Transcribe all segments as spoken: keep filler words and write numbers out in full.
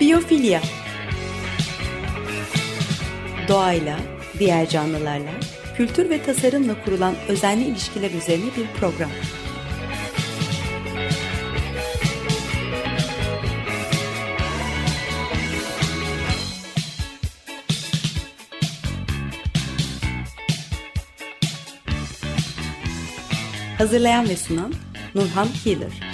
Biyofilya. Doğayla, diğer canlılarla, kültür ve tasarımla kurulan özenli ilişkiler üzerine bir program. Hazırlayan ve sunan Nurhan Healer.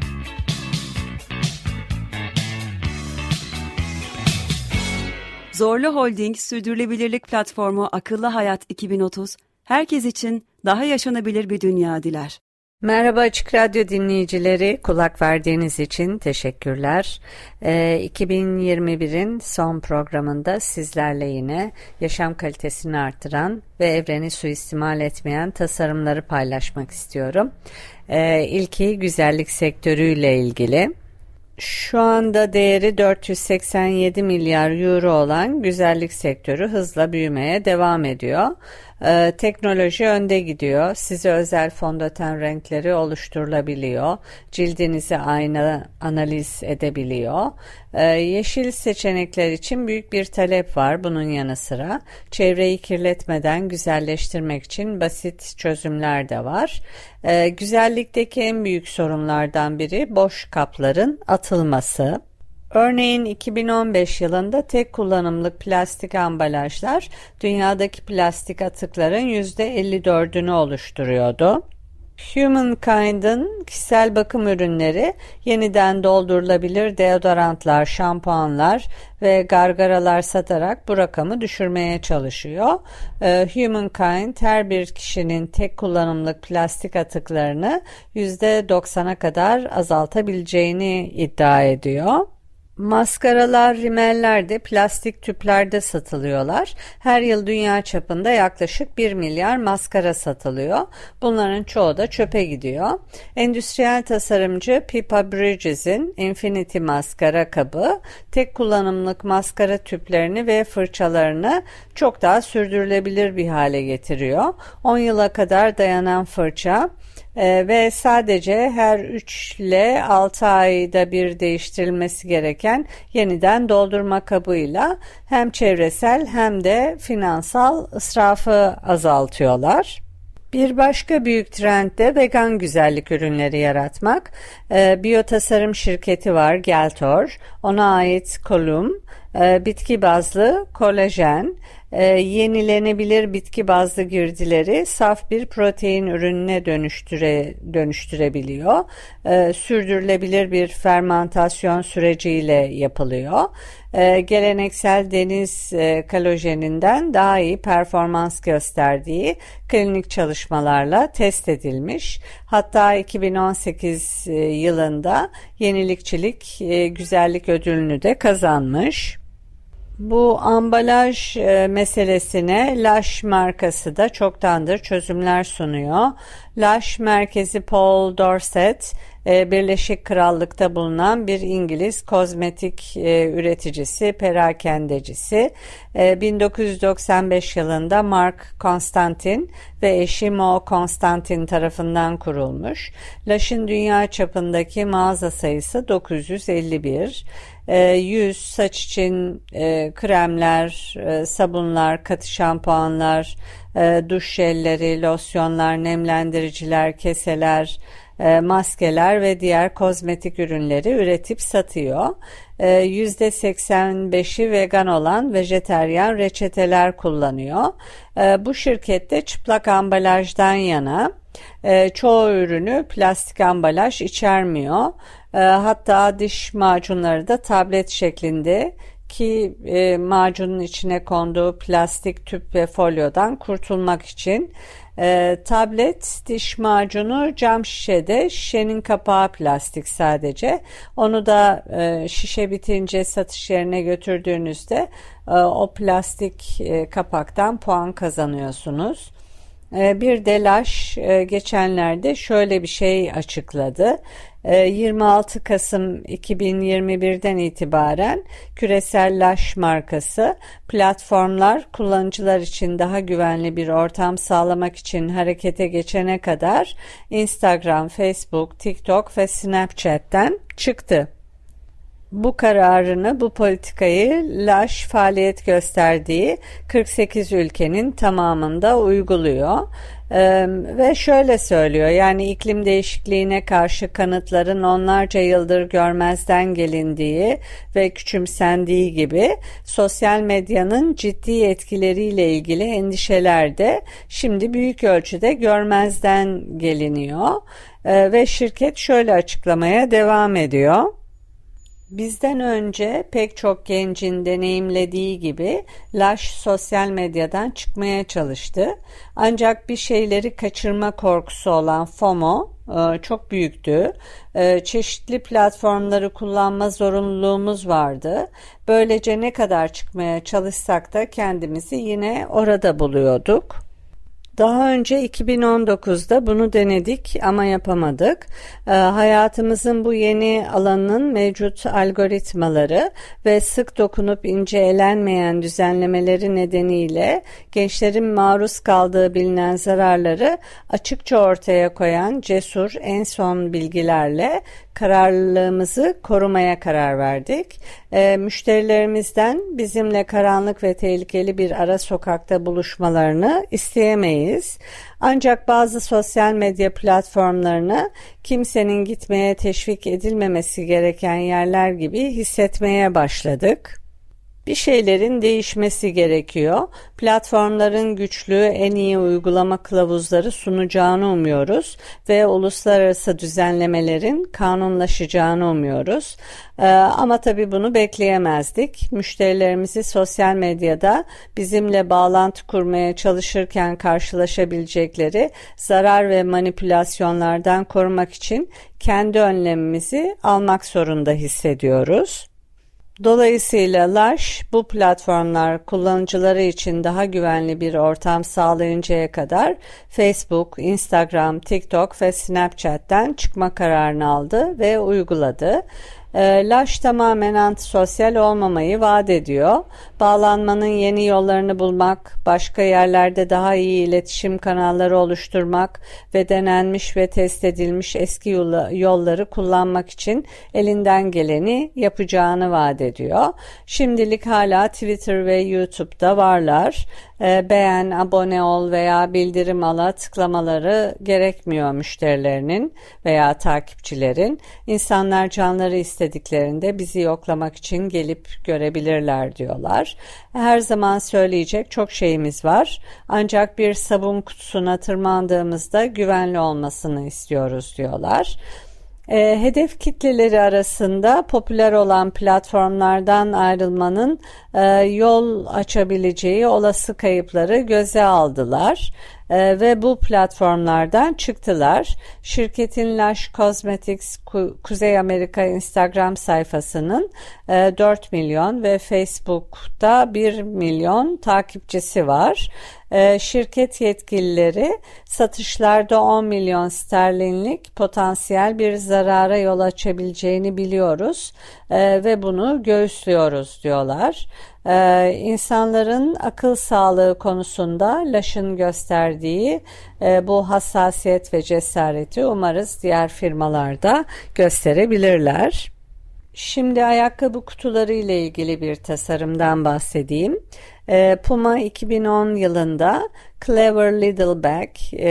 Zorlu Holding Sürdürülebilirlik Platformu Akıllı Hayat iki bin otuz, herkes için daha yaşanabilir bir dünya diler. Merhaba Açık Radyo dinleyicileri, kulak verdiğiniz için teşekkürler. Ee, iki bin yirmi birin son programında sizlerle yine yaşam kalitesini artıran ve evreni suistimal etmeyen tasarımları paylaşmak istiyorum. Ee, ilki güzellik sektörüyle ilgili. Şu anda değeri dört yüz seksen yedi milyar euro olan güzellik sektörü hızla büyümeye devam ediyor. Ee, teknoloji önde gidiyor. Size özel fondöten renkleri oluşturulabiliyor. Cildinizi ayna analiz edebiliyor. Ee, yeşil seçenekler için büyük bir talep var. Bunun yanı sıra çevreyi kirletmeden güzelleştirmek için basit çözümler de var. Ee, güzellikteki en büyük sorunlardan biri boş kapların atılması. Örneğin iki bin on beş yılında tek kullanımlık plastik ambalajlar dünyadaki plastik atıkların yüzde elli dördünü oluşturuyordu. Humankind'ın kişisel bakım ürünleri yeniden doldurulabilir deodorantlar, şampuanlar ve gargaralar satarak bu rakamı düşürmeye çalışıyor. Ee, Humankind her bir kişinin tek kullanımlık plastik atıklarını yüzde doksana kadar azaltabileceğini iddia ediyor. Maskaralar, rimeller de plastik tüplerde satılıyorlar. Her yıl dünya çapında yaklaşık bir milyar maskara satılıyor. Bunların çoğu da çöpe gidiyor. Endüstriyel tasarımcı Pippa Bridges'in Infinity maskara kabı, tek kullanımlık maskara tüplerini ve fırçalarını çok daha sürdürülebilir bir hale getiriyor. on yıla kadar dayanan fırça Ee, ve sadece her üç ile altı ayda bir değiştirilmesi gereken yeniden doldurma kabıyla hem çevresel hem de finansal israfı azaltıyorlar. Bir başka büyük trend de vegan güzellik ürünleri yaratmak. Ee, biyotasarım şirketi var, Geltor. Ona ait kolum, e, bitki bazlı kolajen, e, yenilenebilir bitki bazlı girdileri saf bir protein ürününe dönüştüre, dönüştürebiliyor. E, sürdürülebilir bir fermantasyon süreciyle yapılıyor. E, geleneksel deniz e, kolajeninden daha iyi performans gösterdiği klinik çalışmalarla test edilmiş. Hatta iki bin on sekiz e, yılında yenilikçilik e, güzellik ödülünü de kazanmış. Bu ambalaj e, meselesine Lush markası da çoktandır çözümler sunuyor. Lush merkezi Paul Dorset, e, Birleşik Krallık'ta bulunan bir İngiliz kozmetik e, üreticisi, perakendecisi. E, bin dokuz yüz doksan beş yılında Mark Constantin ve eşi Mo Constantin tarafından kurulmuş. Lush'ın dünya çapındaki mağaza sayısı dokuz yüz elli bir. E, yüz, saç için e, kremler, e, sabunlar, katı şampuanlar, e, duş jelleri, losyonlar, nemlendiriciler, keseler, e, maskeler ve diğer kozmetik ürünleri üretip satıyor. E, yüzde seksen beşi vegan olan vejeteryan reçeteler kullanıyor. E, bu şirkette çıplak ambalajdan yana. E, çoğu ürünü plastik ambalaj içermiyor. E, hatta diş macunları da tablet şeklinde ki e, macunun içine konduğu plastik tüp ve folyodan kurtulmak için. E, tablet diş macunu cam şişede, şişenin kapağı plastik sadece. Onu da e, şişe bitince satış yerine götürdüğünüzde e, o plastik e, kapaktan puan kazanıyorsunuz. Bir de Lush geçenlerde şöyle bir şey açıkladı. yirmi altı Kasım iki bin yirmi birden itibaren küresel Lush markası platformlar kullanıcılar için daha güvenli bir ortam sağlamak için harekete geçene kadar Instagram, Facebook, TikTok ve Snapchat'ten çıktı. Bu kararını, bu politikayı Lush faaliyet gösterdiği kırk sekiz ülkenin tamamında uyguluyor. Ee, ve şöyle söylüyor, yani iklim değişikliğine karşı kanıtların onlarca yıldır görmezden gelindiği ve küçümsendiği gibi sosyal medyanın ciddi etkileriyle ilgili endişeler de şimdi büyük ölçüde görmezden geliniyor. Ee, ve şirket şöyle açıklamaya devam ediyor. Bizden önce pek çok gencin deneyimlediği gibi Lush sosyal medyadan çıkmaya çalıştı. Ancak bir şeyleri kaçırma korkusu olan FOMO çok büyüktü. Çeşitli platformları kullanma zorunluluğumuz vardı. Böylece ne kadar çıkmaya çalışsak da kendimizi yine orada buluyorduk. Daha önce iki bin on dokuzda bunu denedik ama yapamadık. E, hayatımızın bu yeni alanının mevcut algoritmaları ve sık dokunup ince elenmeyen düzenlemeleri nedeniyle gençlerin maruz kaldığı bilinen zararları açıkça ortaya koyan cesur en son bilgilerle kararlılığımızı korumaya karar verdik. E, müşterilerimizden bizimle karanlık ve tehlikeli bir ara sokakta buluşmalarını isteyemeyiz. Ancak bazı sosyal medya platformlarını kimsenin gitmeye teşvik edilmemesi gereken yerler gibi hissetmeye başladık. Bir şeylerin değişmesi gerekiyor. Platformların güçlü, en iyi uygulama kılavuzları sunacağını umuyoruz ve uluslararası düzenlemelerin kanunlaşacağını umuyoruz. Ee, ama tabii bunu bekleyemezdik. Müşterilerimizi sosyal medyada bizimle bağlantı kurmaya çalışırken karşılaşabilecekleri zarar ve manipülasyonlardan korumak için kendi önlemimizi almak zorunda hissediyoruz. Dolayısıyla Lush bu platformlar kullanıcıları için daha güvenli bir ortam sağlayıncaya kadar Facebook, Instagram, TikTok ve Snapchat'ten çıkma kararını aldı ve uyguladı. Lush tamamen antisosyal olmamayı vaat ediyor. Bağlanmanın yeni yollarını bulmak, başka yerlerde daha iyi iletişim kanalları oluşturmak ve denenmiş ve test edilmiş eski yolları kullanmak için elinden geleni yapacağını vaat ediyor. Şimdilik hala Twitter ve YouTube'da varlar. Beğen, abone ol veya bildirim ala tıklamaları gerekmiyor müşterilerinin veya takipçilerin. İnsanlar canları istediklerinde bizi yoklamak için gelip görebilirler diyorlar. Her zaman söyleyecek çok şeyimiz var. Ancak bir sabun kutusuna tırmandığımızda güvenli olmasını istiyoruz diyorlar. E, hedef kitleleri arasında popüler olan platformlardan ayrılmanın e, yol açabileceği olası kayıpları göze aldılar e, ve bu platformlardan çıktılar. Şirketin Lush Cosmetics Ku- Kuzey Amerika Instagram sayfasının e, dört milyon ve Facebook'ta bir milyon takipçisi var. Şirket yetkilileri satışlarda on milyon sterlinlik potansiyel bir zarara yol açabileceğini biliyoruz ve bunu göğüslüyoruz diyorlar. İnsanların akıl sağlığı konusunda Lush'ın gösterdiği bu hassasiyet ve cesareti umarız diğer firmalar da gösterebilirler. Şimdi ayakkabı kutuları ile ilgili bir tasarımdan bahsedeyim. Puma iki bin on yılında Clever Little Bag,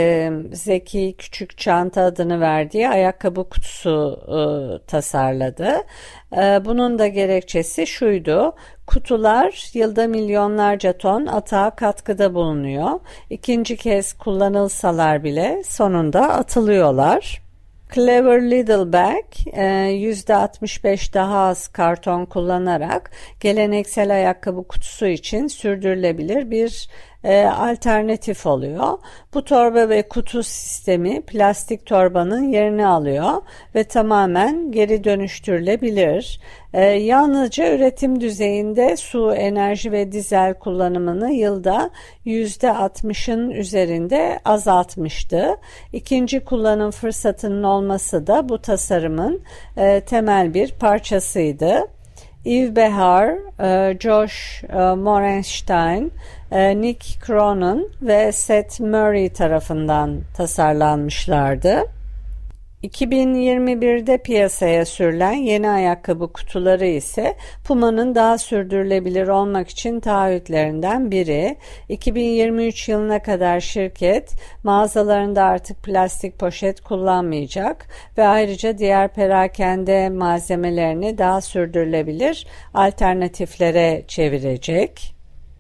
zeki küçük çanta adını verdiği ayakkabı kutusu tasarladı. Bunun da gerekçesi şuydu: kutular yılda milyonlarca ton atığa katkıda bulunuyor. İkinci kez kullanılsalar bile sonunda atılıyorlar. Clever Little Bag yüzde altmış beş daha az karton kullanarak geleneksel ayakkabı kutusu için sürdürülebilir bir e, alternatif oluyor. Bu torba ve kutu sistemi plastik torbanın yerini alıyor ve tamamen geri dönüştürülebilir. E, yalnızca üretim düzeyinde su, enerji ve dizel kullanımını yılda yüzde altmışın üzerinde azaltmıştı. İkinci kullanım fırsatının olması da bu tasarımın e, temel bir parçasıydı. Yves Behar, Josh Morenstein, Nick Cronin ve Seth Murray tarafından tasarlanmışlardı. iki bin yirmi birde piyasaya sürülen yeni ayakkabı kutuları ise Puma'nın daha sürdürülebilir olmak için taahhütlerinden biri. iki bin yirmi üç yılına kadar şirket mağazalarında artık plastik poşet kullanmayacak ve ayrıca diğer perakende malzemelerini daha sürdürülebilir alternatiflere çevirecek.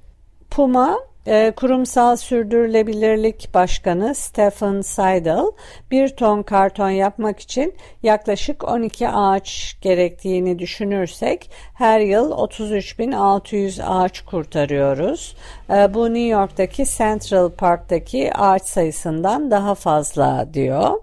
Puma E, Kurumsal Sürdürülebilirlik Başkanı Stefan Seidel, bir ton karton yapmak için yaklaşık on iki ağaç gerektiğini düşünürsek her yıl otuz üç bin altı yüz ağaç kurtarıyoruz. E, bu New York'taki Central Park'taki ağaç sayısından daha fazla diyor.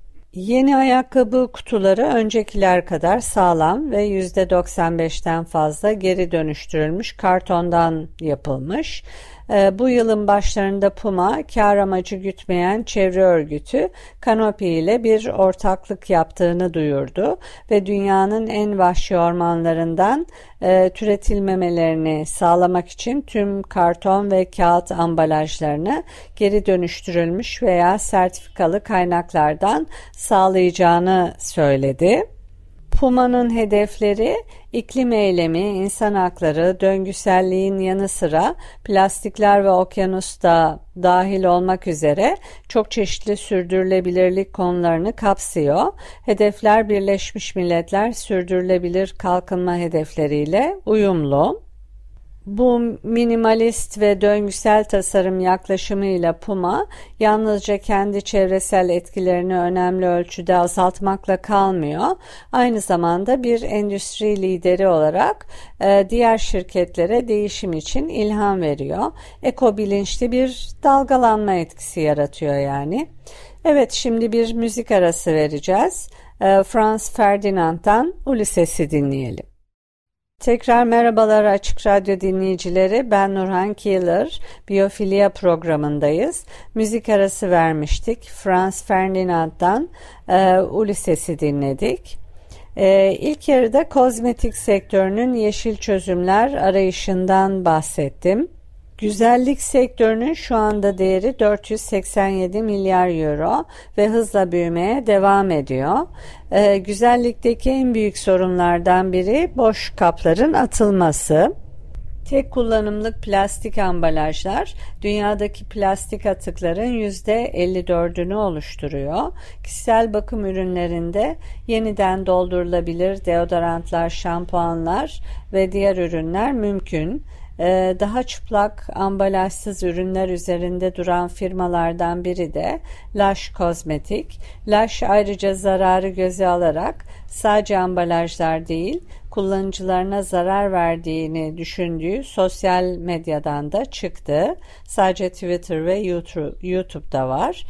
Yeni ayakkabı kutuları öncekiler kadar sağlam ve yüzde doksan beşten fazla geri dönüştürülmüş kartondan yapılmış. Bu yılın başlarında Puma, kar amacı gütmeyen çevre örgütü Canopy ile bir ortaklık yaptığını duyurdu ve dünyanın en vahşi ormanlarından e, türetilmemelerini sağlamak için tüm karton ve kağıt ambalajlarını geri dönüştürülmüş veya sertifikalı kaynaklardan sağlayacağını söyledi. Puma'nın hedefleri iklim eylemi, insan hakları, döngüselliğin yanı sıra plastikler ve okyanusta dahil olmak üzere çok çeşitli sürdürülebilirlik konularını kapsıyor. Hedefler Birleşmiş Milletler Sürdürülebilir Kalkınma Hedefleriyle uyumlu. Bu minimalist ve döngüsel tasarım yaklaşımıyla Puma yalnızca kendi çevresel etkilerini önemli ölçüde azaltmakla kalmıyor. Aynı zamanda bir endüstri lideri olarak e, diğer şirketlere değişim için ilham veriyor. Eko bilinçli bir dalgalanma etkisi yaratıyor yani. Evet, şimdi bir müzik arası vereceğiz. E, Franz Ferdinand'dan Ulysses'i dinleyelim. Tekrar merhabalar Açık Radyo dinleyicileri, ben Nurhan Keeler, Biyofilya programındayız. Müzik arası vermiştik. Franz Ferdinand'dan e, Ulysses'i dinledik. E, ilk yarıda kozmetik sektörünün yeşil çözümler arayışından bahsettim. Güzellik sektörünün şu anda değeri dört yüz seksen yedi milyar euro ve hızla büyümeye devam ediyor. Ee, güzellikteki en büyük sorunlardan biri boş kapların atılması. Tek kullanımlık plastik ambalajlar dünyadaki plastik atıkların yüzde elli dördünü oluşturuyor. Kişisel bakım ürünlerinde yeniden doldurulabilir deodorantlar, şampuanlar ve diğer ürünler mümkün. Daha çıplak ambalajsız ürünler üzerinde duran firmalardan biri de Lush Kozmetik. Lush ayrıca zararı göze alarak sadece ambalajlar değil, kullanıcılarına zarar verdiğini düşündüğü sosyal medyadan da çıktı. Sadece Twitter ve YouTube, YouTube'da var.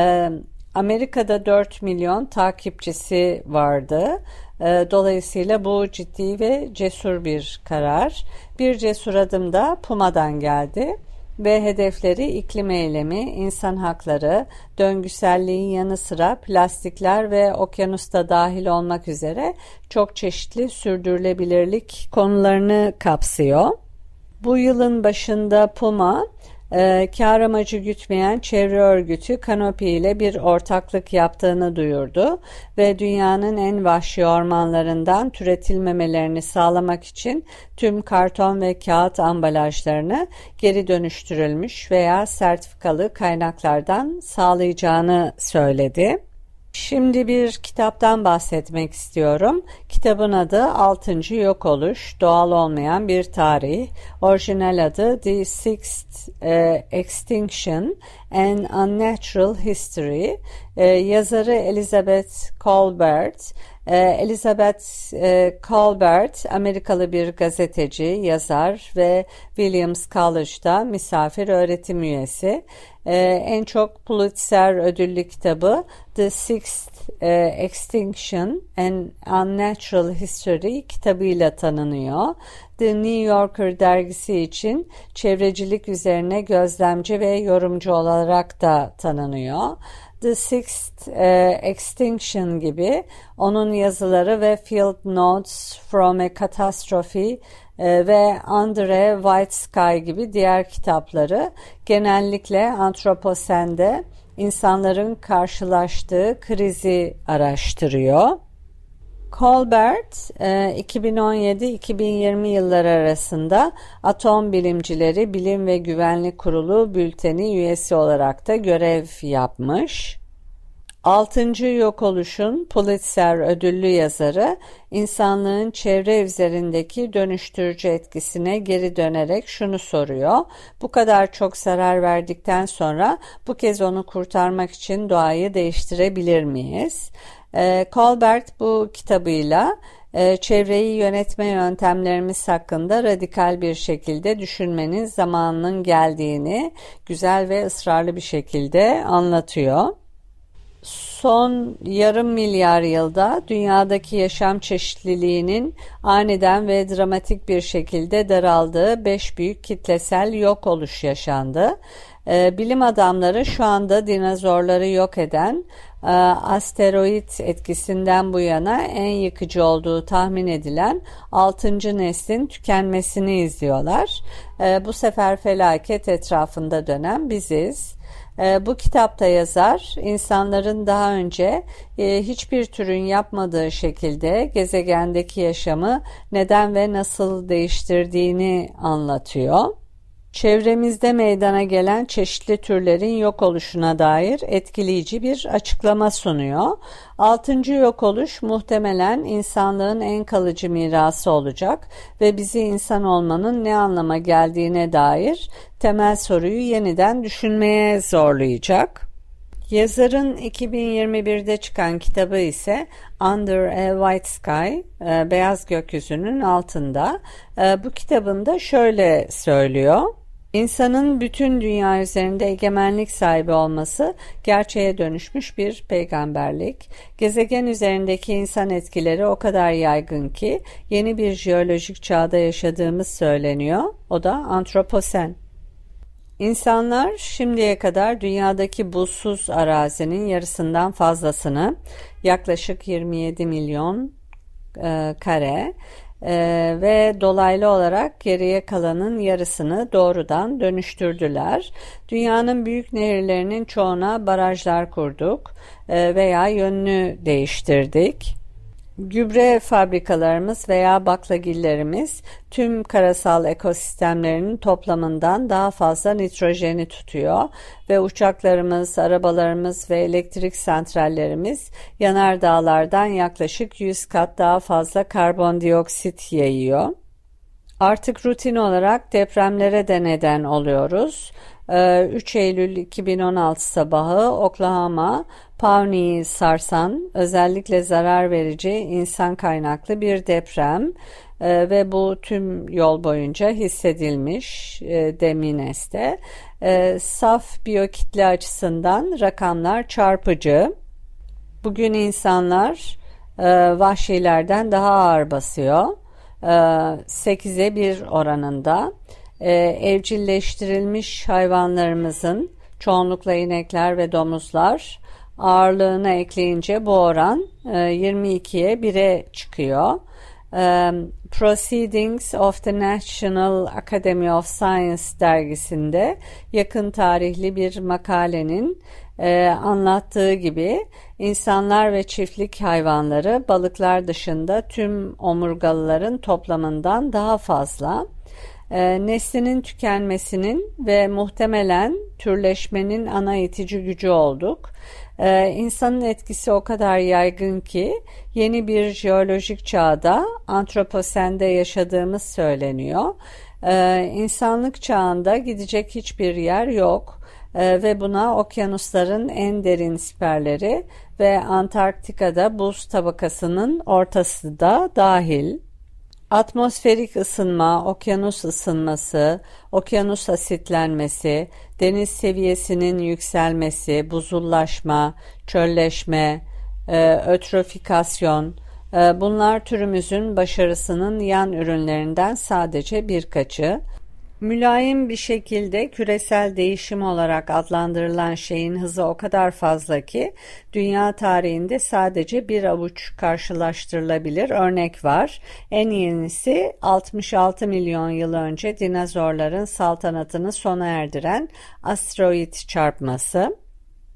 Amerika'da dört milyon takipçisi vardı. Dolayısıyla bu ciddi ve cesur bir karar. Bir cesur adım da Puma'dan geldi ve hedefleri iklim eylemi, insan hakları, döngüselliğin yanı sıra plastikler ve okyanusta dahil olmak üzere çok çeşitli sürdürülebilirlik konularını kapsıyor. Bu yılın başında Puma, Ee, kar amacı gütmeyen çevre örgütü Canopy ile bir ortaklık yaptığını duyurdu ve dünyanın en vahşi ormanlarından türetilmemelerini sağlamak için tüm karton ve kağıt ambalajlarını geri dönüştürülmüş veya sertifikalı kaynaklardan sağlayacağını söyledi. Şimdi bir kitaptan bahsetmek istiyorum. Kitabın adı Altıncı Yok Oluş, Doğal Olmayan Bir Tarih. Orijinal adı The Sixth uh, Extinction and Unnatural History. Uh, yazarı Elizabeth Kolbert. Uh, Elizabeth uh, Kolbert, Amerikalı bir gazeteci, yazar ve Williams College'da misafir öğretim üyesi. Ee, en çok Pulitzer ödüllü kitabı The Sixth e, Extinction and Unnatural History kitabıyla tanınıyor. The New Yorker dergisi için çevrecilik üzerine gözlemci ve yorumcu olarak da tanınıyor. The Sixth e, Extinction gibi onun yazıları ve Field Notes from a Catastrophe e, ve Under a White Sky gibi diğer kitapları genellikle Anthropocen'de insanların karşılaştığı krizi araştırıyor. Colbert iki bin on yedi iki bin yirmi yılları arasında Atom Bilimcileri Bilim ve Güvenlik Kurulu bülteni üyesi olarak da görev yapmış. Altıncı Yok Oluş'un Pulitzer ödüllü yazarı insanlığın çevre üzerindeki dönüştürücü etkisine geri dönerek şunu soruyor. Bu kadar çok zarar verdikten sonra bu kez onu kurtarmak için doğayı değiştirebilir miyiz? Colbert bu kitabıyla çevreyi yönetme yöntemlerimiz hakkında radikal bir şekilde düşünmenin zamanının geldiğini güzel ve ısrarlı bir şekilde anlatıyor. Son yarım milyar yılda dünyadaki yaşam çeşitliliğinin aniden ve dramatik bir şekilde daraldığı beş büyük kitlesel yok oluş yaşandı. Ee, bilim adamları şu anda dinozorları yok eden e, asteroid etkisinden bu yana en yıkıcı olduğu tahmin edilen altıncı neslin tükenmesini izliyorlar. Ee, bu sefer felaket etrafında dönen biziz. Bu kitapta yazar, insanların daha önce e, hiçbir türün yapmadığı şekilde gezegendeki yaşamı neden ve nasıl değiştirdiğini anlatıyor. Çevremizde meydana gelen çeşitli türlerin yok oluşuna dair etkileyici bir açıklama sunuyor. Altıncı yok oluş muhtemelen insanlığın en kalıcı mirası olacak ve bizi insan olmanın ne anlama geldiğine dair temel soruyu yeniden düşünmeye zorlayacak. Yazarın iki bin yirmi birde çıkan kitabı ise Under a White Sky, Beyaz Gökyüzünün Altında. Bu kitabında şöyle söylüyor. İnsanın bütün dünya üzerinde egemenlik sahibi olması gerçeğe dönüşmüş bir peygamberlik. Gezegen üzerindeki insan etkileri o kadar yaygın ki yeni bir jeolojik çağda yaşadığımız söyleniyor. O da Antroposen. İnsanlar şimdiye kadar dünyadaki buzsuz arazinin yarısından fazlasını, yaklaşık yirmi yedi milyon e, kare e, ve dolaylı olarak geriye kalanın yarısını doğrudan dönüştürdüler. Dünyanın büyük nehirlerinin çoğuna barajlar kurduk e, veya yönünü değiştirdik. Gübre fabrikalarımız veya baklagillerimiz tüm karasal ekosistemlerinin toplamından daha fazla nitrojeni tutuyor ve uçaklarımız, arabalarımız ve elektrik santrallerimiz yanardağlardan yaklaşık yüz kat daha fazla karbondioksit yayıyor. Artık rutin olarak depremlere de neden oluyoruz. üç Eylül iki bin on altı sabahı Oklahoma, Pawnee'yi sarsan özellikle zarar verici insan kaynaklı bir deprem e, ve bu tüm yol boyunca hissedilmiş e, Demineste. E, saf biyokitle açısından rakamlar çarpıcı. Bugün insanlar e, vahşilerden daha ağır basıyor. E, sekize bir oranında. E, evcilleştirilmiş hayvanlarımızın çoğunlukla inekler ve domuzlar ağırlığına ekleyince bu oran e, yirmi ikiye bire çıkıyor. E, Proceedings of the National Academy of Science dergisinde yakın tarihli bir makalenin e, anlattığı gibi insanlar ve çiftlik hayvanları balıklar dışında tüm omurgalıların toplamından daha fazla. E, neslinin tükenmesinin ve muhtemelen türleşmenin ana itici gücü olduk. E, insanın etkisi o kadar yaygın ki yeni bir jeolojik çağda Antroposen'de yaşadığımız söyleniyor. E, insanlık çağında gidecek hiçbir yer yok e, ve buna okyanusların en derin siperleri ve Antarktika'da buz tabakasının ortası da dahil. Atmosferik ısınma, okyanus ısınması, okyanus asitlenmesi, deniz seviyesinin yükselmesi, buzullaşma, çölleşme, e, ötrofikasyon, e, bunlar türümüzün başarısının yan ürünlerinden sadece birkaçı. Mülayim bir şekilde küresel değişim olarak adlandırılan şeyin hızı o kadar fazla ki dünya tarihinde sadece bir avuç karşılaştırılabilir örnek var. En yenisi altmış altı milyon yıl önce dinozorların saltanatını sona erdiren asteroid çarpması.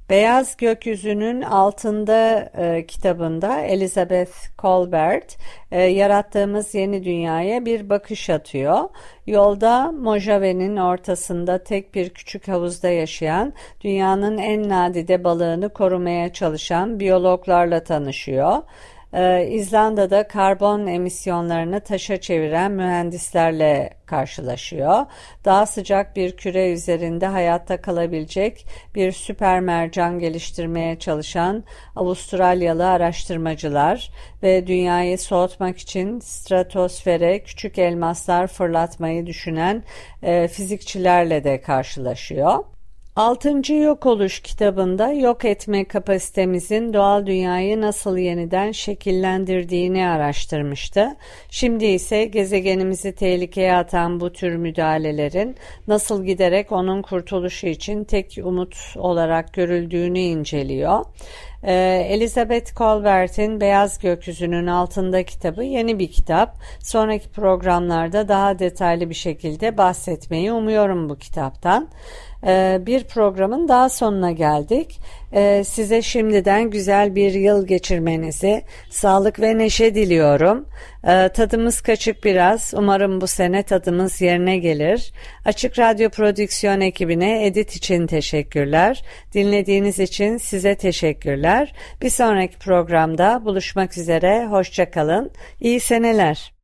Beyaz Gökyüzünün Altında e, kitabında Elizabeth Kolbert e, yarattığımız yeni dünyaya bir bakış atıyor. Yolda Mojave'nin ortasında tek bir küçük havuzda yaşayan, dünyanın en nadide balığını korumaya çalışan biyologlarla tanışıyor. Ee, İzlanda'da karbon emisyonlarını taşa çeviren mühendislerle karşılaşıyor. Daha sıcak bir küre üzerinde hayatta kalabilecek bir süper mercan geliştirmeye çalışan Avustralyalı araştırmacılar ve dünyayı soğutmak için stratosfere küçük elmaslar fırlatmayı düşünen e, fizikçilerle de karşılaşıyor. Altıncı Yok Oluş kitabında yok etme kapasitemizin doğal dünyayı nasıl yeniden şekillendirdiğini araştırmıştı. Şimdi ise gezegenimizi tehlikeye atan bu tür müdahalelerin nasıl giderek onun kurtuluşu için tek umut olarak görüldüğünü inceliyor. Elizabeth Kolbert'in Beyaz Gökyüzünün Altında kitabı yeni bir kitap. Sonraki programlarda daha detaylı bir şekilde bahsetmeyi umuyorum bu kitaptan. Bir programın daha sonuna geldik. Size şimdiden güzel bir yıl geçirmenizi, sağlık ve neşe diliyorum. Tadımız kaçık biraz. Umarım bu sene tadımız yerine gelir. Açık Radyo Prodüksiyon ekibine edit için teşekkürler. Dinlediğiniz için size teşekkürler. Bir sonraki programda buluşmak üzere. Hoşça kalın. İyi seneler.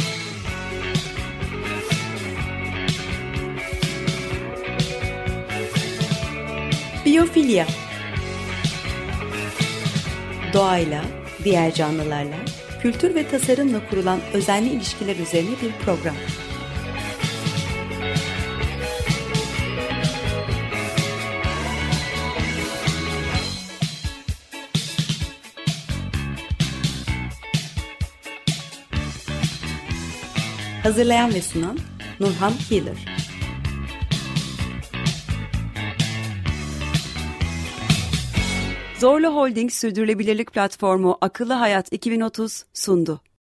Biyofilya. Doğayla, diğer canlılarla, kültür ve tasarımla kurulan özenli ilişkiler üzerine bir program. Hazırlayan ve sunan Nurhan Healer. Zorlu Holding Sürdürülebilirlik Platformu Akıllı Hayat iki bin otuz sundu.